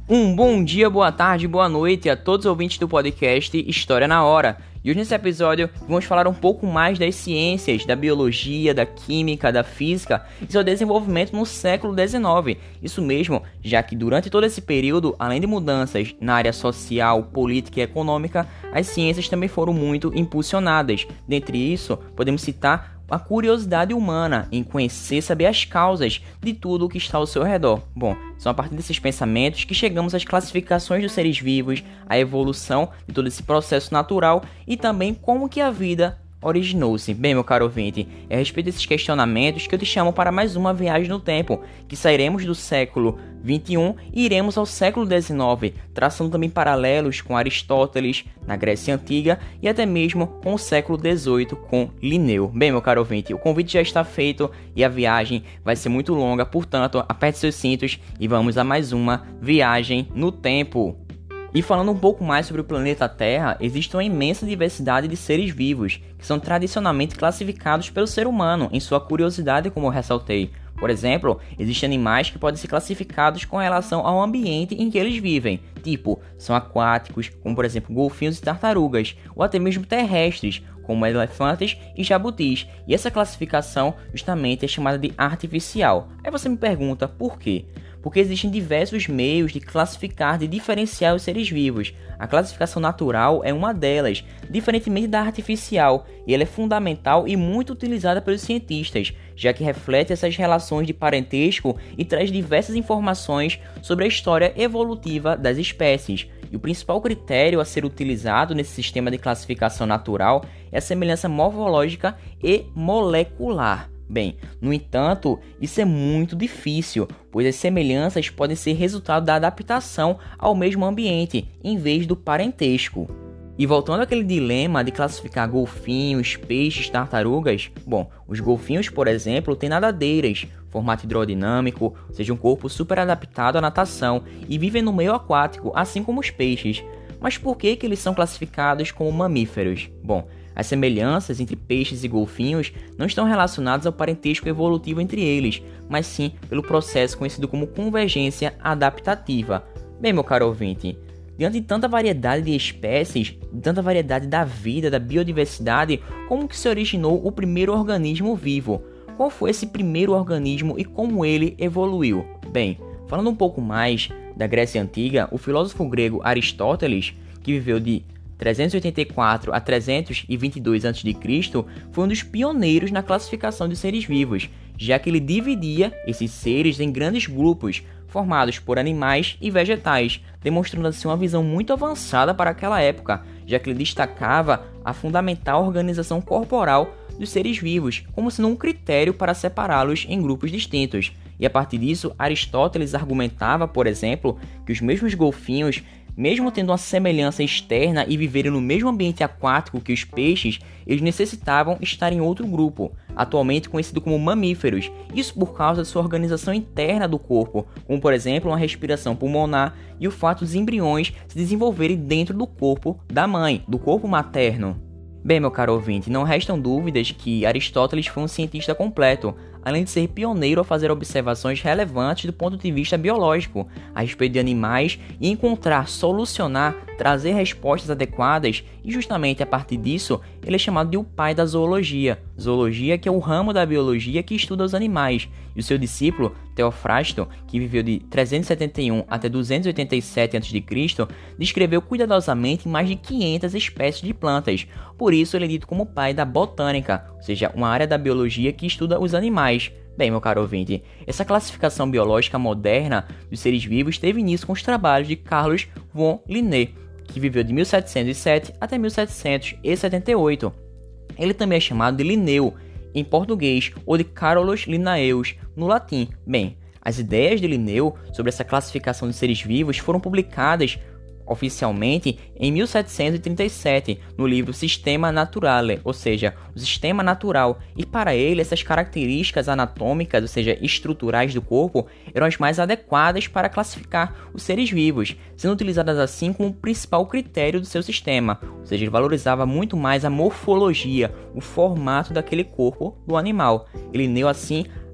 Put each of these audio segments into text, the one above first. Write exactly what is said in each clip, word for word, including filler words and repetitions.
Um bom dia, boa tarde, boa noite a todos os ouvintes do podcast História na Hora. E hoje nesse episódio vamos falar um pouco mais das ciências, da biologia, da química, da física e seu desenvolvimento no século dezenove. Isso mesmo, já que durante todo esse período, além de mudanças na área social, política e econômica, as ciências também foram muito impulsionadas. Dentre isso, podemos citar a curiosidade humana em conhecer e saber as causas de tudo o que está ao seu redor. Bom, são a partir desses pensamentos que chegamos às classificações dos seres vivos, à evolução de todo esse processo natural e também como que a vida originou-se. Bem, meu caro ouvinte, é a respeito desses questionamentos que eu te chamo para mais uma viagem no tempo, que sairemos do século vinte e um e iremos ao século dezenove, traçando também paralelos com Aristóteles, na Grécia Antiga, e até mesmo com o século dezoito, com Linneu. Bem, meu caro ouvinte, o convite já está feito e a viagem vai ser muito longa, portanto, aperte seus cintos e vamos a mais uma viagem no tempo. E falando um pouco mais sobre o planeta Terra, existe uma imensa diversidade de seres vivos, que são tradicionalmente classificados pelo ser humano, em sua curiosidade, como eu ressaltei. Por exemplo, existem animais que podem ser classificados com relação ao ambiente em que eles vivem, tipo, são aquáticos, como por exemplo golfinhos e tartarugas, ou até mesmo terrestres, como elefantes e jabutis, e essa classificação justamente é chamada de artificial. Aí você me pergunta, por quê? Porque existem diversos meios de classificar, de diferenciar os seres vivos. A classificação natural é uma delas, diferentemente da artificial, e ela é fundamental e muito utilizada pelos cientistas, já que reflete essas relações de parentesco e traz diversas informações sobre a história evolutiva das espécies. E o principal critério a ser utilizado nesse sistema de classificação natural é a semelhança morfológica e molecular. Bem, no entanto, isso é muito difícil, pois as semelhanças podem ser resultado da adaptação ao mesmo ambiente, em vez do parentesco. E voltando àquele dilema de classificar golfinhos, peixes, tartarugas, bom, os golfinhos, por exemplo, têm nadadeiras, formato hidrodinâmico, ou seja, um corpo super adaptado à natação e vivem no meio aquático, assim como os peixes. Mas por que que eles são classificados como mamíferos? Bom, as semelhanças entre peixes e golfinhos não estão relacionadas ao parentesco evolutivo entre eles, mas sim pelo processo conhecido como convergência adaptativa. Bem, meu caro ouvinte, diante de tanta variedade de espécies, de tanta variedade da vida, da biodiversidade, como que se originou o primeiro organismo vivo? Qual foi esse primeiro organismo e como ele evoluiu? Bem, falando um pouco mais da Grécia Antiga, o filósofo grego Aristóteles, que viveu de trezentos e oitenta e quatro a trezentos e vinte e dois antes de Cristo, foi um dos pioneiros na classificação de seres vivos, já que ele dividia esses seres em grandes grupos, formados por animais e vegetais, demonstrando assim uma visão muito avançada para aquela época, já que ele destacava a fundamental organização corporal dos seres vivos, como sendo um critério para separá-los em grupos distintos. E a partir disso, Aristóteles argumentava, por exemplo, que os mesmos golfinhos, mesmo tendo uma semelhança externa e viverem no mesmo ambiente aquático que os peixes, eles necessitavam estar em outro grupo, atualmente conhecido como mamíferos, isso por causa de sua organização interna do corpo, como por exemplo uma respiração pulmonar e o fato dos embriões se desenvolverem dentro do corpo da mãe, do corpo materno. Bem, meu caro ouvinte, não restam dúvidas que Aristóteles foi um cientista completo, além de ser pioneiro a fazer observações relevantes do ponto de vista biológico a respeito de animais e encontrar, solucionar, trazer respostas adequadas, e justamente a partir disso ele é chamado de o pai da zoologia. Zoologia que é o ramo da biologia que estuda os animais, e o seu discípulo Teofrasto, que viveu de trezentos e setenta e um até duzentos e oitenta e sete antes de Cristo, descreveu cuidadosamente mais de quinhentas espécies de plantas. Por isso ele é dito como o pai da botânica, ou seja, uma área da biologia que estuda os animais. Bem, meu caro ouvinte, essa classificação biológica moderna dos seres vivos teve início com os trabalhos de Carlos von Linné, que viveu de mil setecentos e sete até mil setecentos e setenta e oito. Ele também é chamado de Linneu, em português, ou de Carolus Linnaeus, no latim. Bem, as ideias de Linneu sobre essa classificação de seres vivos foram publicadas oficialmente em mil setecentos e trinta e sete, no livro Systema Naturale, ou seja, o sistema natural, e para ele essas características anatômicas, ou seja, estruturais do corpo, eram as mais adequadas para classificar os seres vivos, sendo utilizadas assim como o principal critério do seu sistema, ou seja, ele valorizava muito mais a morfologia, o formato daquele corpo do animal. Ele Linneu assim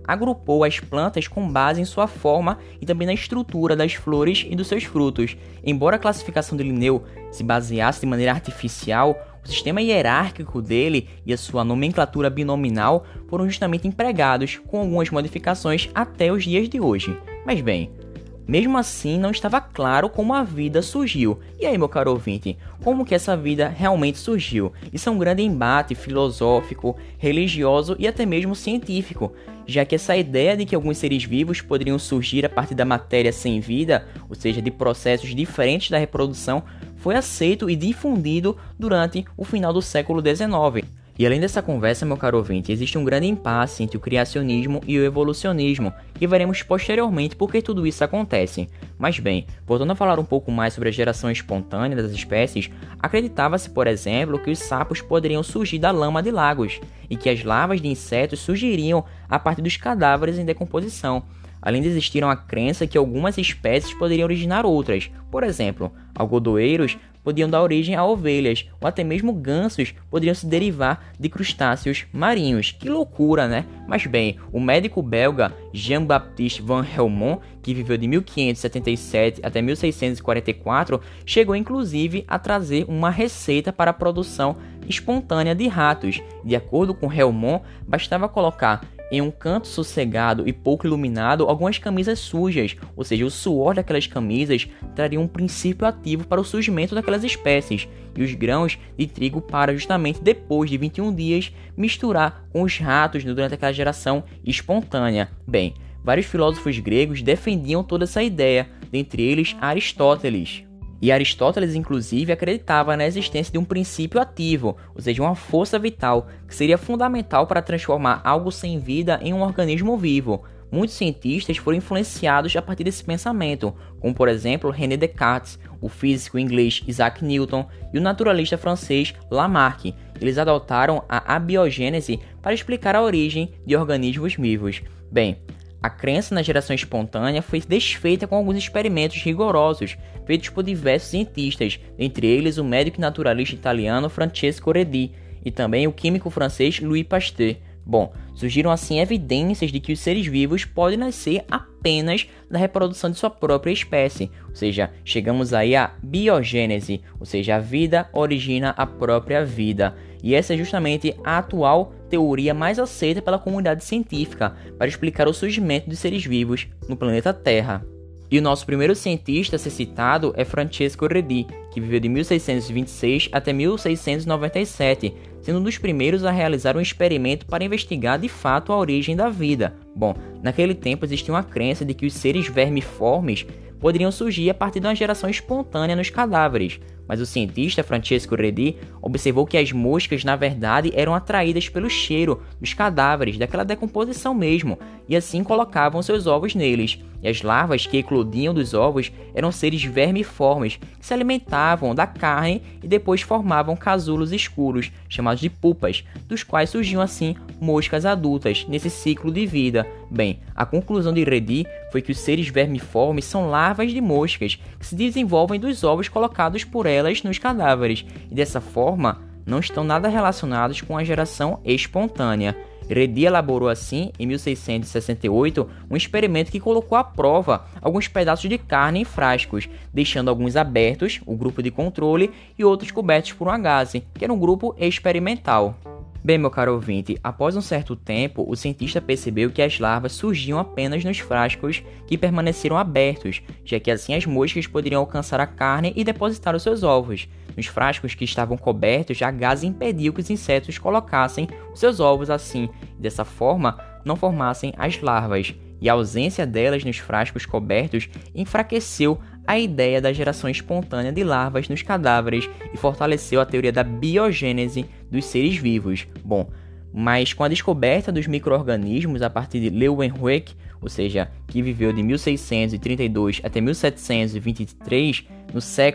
agrupou as plantas com base em sua forma e também na estrutura das flores e dos seus frutos. Embora a classificação de Linneu se baseasse de maneira artificial, o sistema hierárquico dele e a sua nomenclatura binominal foram justamente empregados com algumas modificações até os dias de hoje. Mas bem, mesmo assim não estava claro como a vida surgiu. E aí, meu caro ouvinte, como que essa vida realmente surgiu? Isso é um grande embate filosófico, religioso e até mesmo científico, já que essa ideia de que alguns seres vivos poderiam surgir a partir da matéria sem vida, ou seja, de processos diferentes da reprodução, foi aceito e difundido durante o final do século dezenove. E além dessa conversa, meu caro ouvinte, existe um grande impasse entre o criacionismo e o evolucionismo, e veremos posteriormente por que tudo isso acontece. Mas bem, voltando a falar um pouco mais sobre a geração espontânea das espécies, acreditava-se, por exemplo, que os sapos poderiam surgir da lama de lagos, e que as larvas de insetos surgiriam a partir dos cadáveres em decomposição. Além de existir uma crença que algumas espécies poderiam originar outras. Por exemplo, algodoeiros podiam dar origem a ovelhas, ou até mesmo gansos poderiam se derivar de crustáceos marinhos. Que loucura, né? Mas bem, o médico belga Jean-Baptiste van Helmont, que viveu de mil quinhentos e setenta e sete até mil seiscentos e quarenta e quatro, chegou inclusive a trazer uma receita para a produção espontânea de ratos. De acordo com Helmont, bastava colocar em um canto sossegado e pouco iluminado algumas camisas sujas, ou seja, o suor daquelas camisas traria um princípio ativo para o surgimento daquelas espécies, e os grãos de trigo para justamente depois de vinte e um dias misturar com os ratos durante aquela geração espontânea. Bem, vários filósofos gregos defendiam toda essa ideia, dentre eles Aristóteles. E Aristóteles, inclusive, acreditava na existência de um princípio ativo, ou seja, uma força vital, que seria fundamental para transformar algo sem vida em um organismo vivo. Muitos cientistas foram influenciados a partir desse pensamento, como por exemplo René Descartes, o físico inglês Isaac Newton e o naturalista francês Lamarck. Eles adotaram a abiogênese para explicar a origem de organismos vivos. Bem, a crença na geração espontânea foi desfeita com alguns experimentos rigorosos, feitos por diversos cientistas, entre eles o médico e naturalista italiano Francesco Redi e também o químico francês Louis Pasteur. Bom, surgiram assim evidências de que os seres vivos podem nascer apenas da reprodução de sua própria espécie, ou seja, chegamos aí à biogênese, ou seja, a vida origina a própria vida. E essa é justamente a atual teoria mais aceita pela comunidade científica para explicar o surgimento dos seres vivos no planeta Terra. E o nosso primeiro cientista a ser citado é Francesco Redi, que viveu de mil seiscentos e vinte e seis até mil seiscentos e noventa e sete, sendo um dos primeiros a realizar um experimento para investigar de fato a origem da vida. Bom, naquele tempo existia uma crença de que os seres vermiformes poderiam surgir a partir de uma geração espontânea nos cadáveres, mas o cientista Francesco Redi observou que as moscas na verdade eram atraídas pelo cheiro dos cadáveres, daquela decomposição mesmo, e assim colocavam seus ovos neles. E as larvas que eclodiam dos ovos eram seres vermiformes que se alimentavam da carne e depois formavam casulos escuros, chamados de pupas, dos quais surgiam assim moscas adultas nesse ciclo de vida. Bem, a conclusão de Redi foi que os seres vermiformes são larvas de moscas que se desenvolvem dos ovos colocados por elas nos cadáveres, e dessa forma não estão nada relacionados com a geração espontânea. Redi elaborou assim, em mil seiscentos e sessenta e oito, um experimento que colocou à prova alguns pedaços de carne em frascos, deixando alguns abertos, o grupo de controle, e outros cobertos por uma gaze, que era um grupo experimental. Bem, meu caro ouvinte, após um certo tempo, o cientista percebeu que as larvas surgiam apenas nos frascos que permaneceram abertos, já que assim as moscas poderiam alcançar a carne e depositar os seus ovos. Nos frascos que estavam cobertos, a gaze impediu que os insetos colocassem os seus ovos assim, e dessa forma não formassem as larvas. E a ausência delas nos frascos cobertos enfraqueceu a ideia da geração espontânea de larvas nos cadáveres e fortaleceu a teoria da biogênese dos seres vivos. Bom, mas com a descoberta dos micro-organismos a partir de Leeuwenhoek, ou seja, que viveu de mil seiscentos e trinta e dois até mil setecentos e vinte e três, no século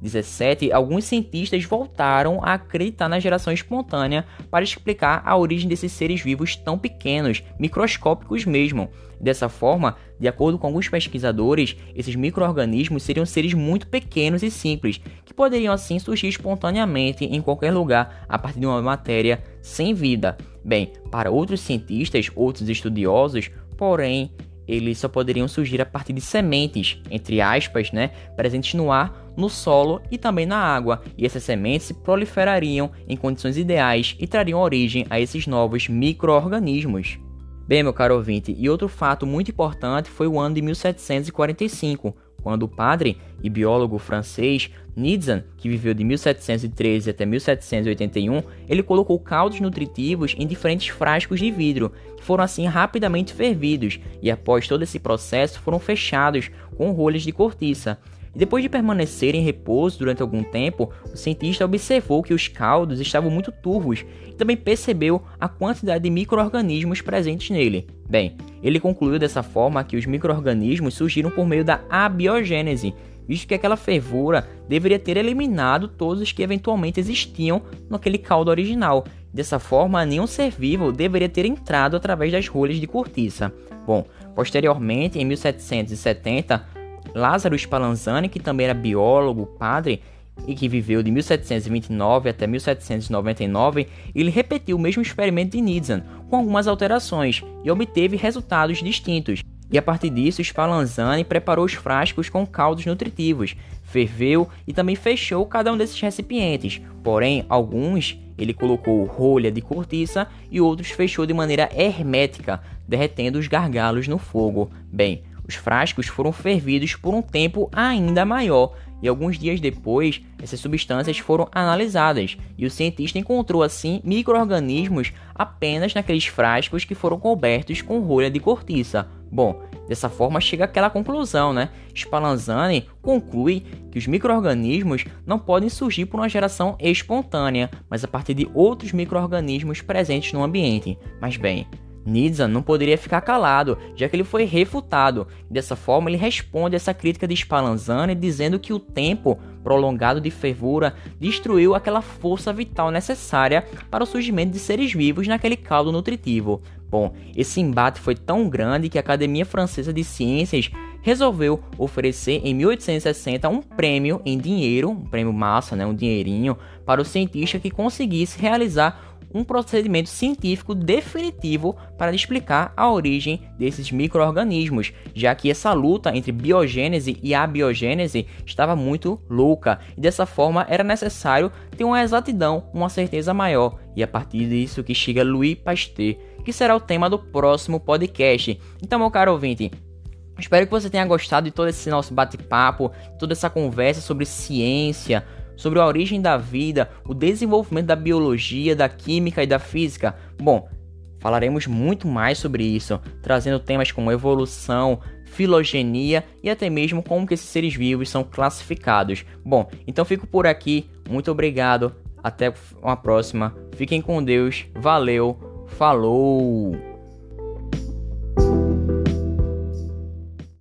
dezessete, alguns cientistas voltaram a acreditar na geração espontânea para explicar a origem desses seres vivos tão pequenos, microscópicos mesmo. Dessa forma, de acordo com alguns pesquisadores, esses micro-organismos seriam seres muito pequenos e simples, que poderiam assim surgir espontaneamente em qualquer lugar a partir de uma matéria sem vida. Bem, para outros cientistas, outros estudiosos, porém, eles só poderiam surgir a partir de sementes, entre aspas, né, presentes no ar, no solo e também na água, e essas sementes se proliferariam em condições ideais e trariam origem a esses novos micro-organismos. Bem, meu caro ouvinte, e outro fato muito importante foi o ano de mil setecentos e quarenta e cinco, quando o padre e biólogo francês Nizan, que viveu de mil setecentos e treze até mil setecentos e oitenta e um, ele colocou caldos nutritivos em diferentes frascos de vidro, que foram assim rapidamente fervidos, e após todo esse processo foram fechados com rolhas de cortiça. E depois de permanecer em repouso durante algum tempo, o cientista observou que os caldos estavam muito turvos e também percebeu a quantidade de micro-organismos presentes nele. Bem, ele concluiu dessa forma que os micro-organismos surgiram por meio da abiogênese, visto que aquela fervura deveria ter eliminado todos os que eventualmente existiam naquele caldo original. Dessa forma, nenhum ser vivo deveria ter entrado através das rolhas de cortiça. Bom, posteriormente, em mil setecentos e setenta, Lázaro Spallanzani, que também era biólogo, padre, e que viveu de mil setecentos e vinte e nove até mil setecentos e noventa e nove, ele repetiu o mesmo experimento de Nizan, com algumas alterações, e obteve resultados distintos. E a partir disso, Spallanzani preparou os frascos com caldos nutritivos, ferveu e também fechou cada um desses recipientes. Porém, alguns ele colocou rolha de cortiça e outros fechou de maneira hermética, derretendo os gargalos no fogo. Bem, os frascos foram fervidos por um tempo ainda maior, e alguns dias depois, essas substâncias foram analisadas, e o cientista encontrou assim micro-organismos apenas naqueles frascos que foram cobertos com rolha de cortiça. Bom, dessa forma chega àquela conclusão, né? Spallanzani conclui que os micro-organismos não podem surgir por uma geração espontânea, mas a partir de outros micro-organismos presentes no ambiente. Mas bem, Nizan não poderia ficar calado, já que ele foi refutado. Dessa forma, ele responde a essa crítica de Spallanzani, dizendo que o tempo prolongado de fervura destruiu aquela força vital necessária para o surgimento de seres vivos naquele caldo nutritivo. Bom, esse embate foi tão grande que a Academia Francesa de Ciências resolveu oferecer em mil oitocentos e sessenta um prêmio em dinheiro, um prêmio massa, né, um dinheirinho, para o cientista que conseguisse realizar um procedimento científico definitivo para explicar a origem desses micro-organismos, já que essa luta entre biogênese e abiogênese estava muito louca, e dessa forma era necessário ter uma exatidão, uma certeza maior, e a partir disso que chega Louis Pasteur, que será o tema do próximo podcast. Então, meu caro ouvinte, espero que você tenha gostado de todo esse nosso bate-papo, toda essa conversa sobre ciência, sobre a origem da vida, o desenvolvimento da biologia, da química e da física. Bom, falaremos muito mais sobre isso, trazendo temas como evolução, filogenia e até mesmo como que esses seres vivos são classificados. Bom, então fico por aqui, muito obrigado, até uma próxima, fiquem com Deus, valeu, falou!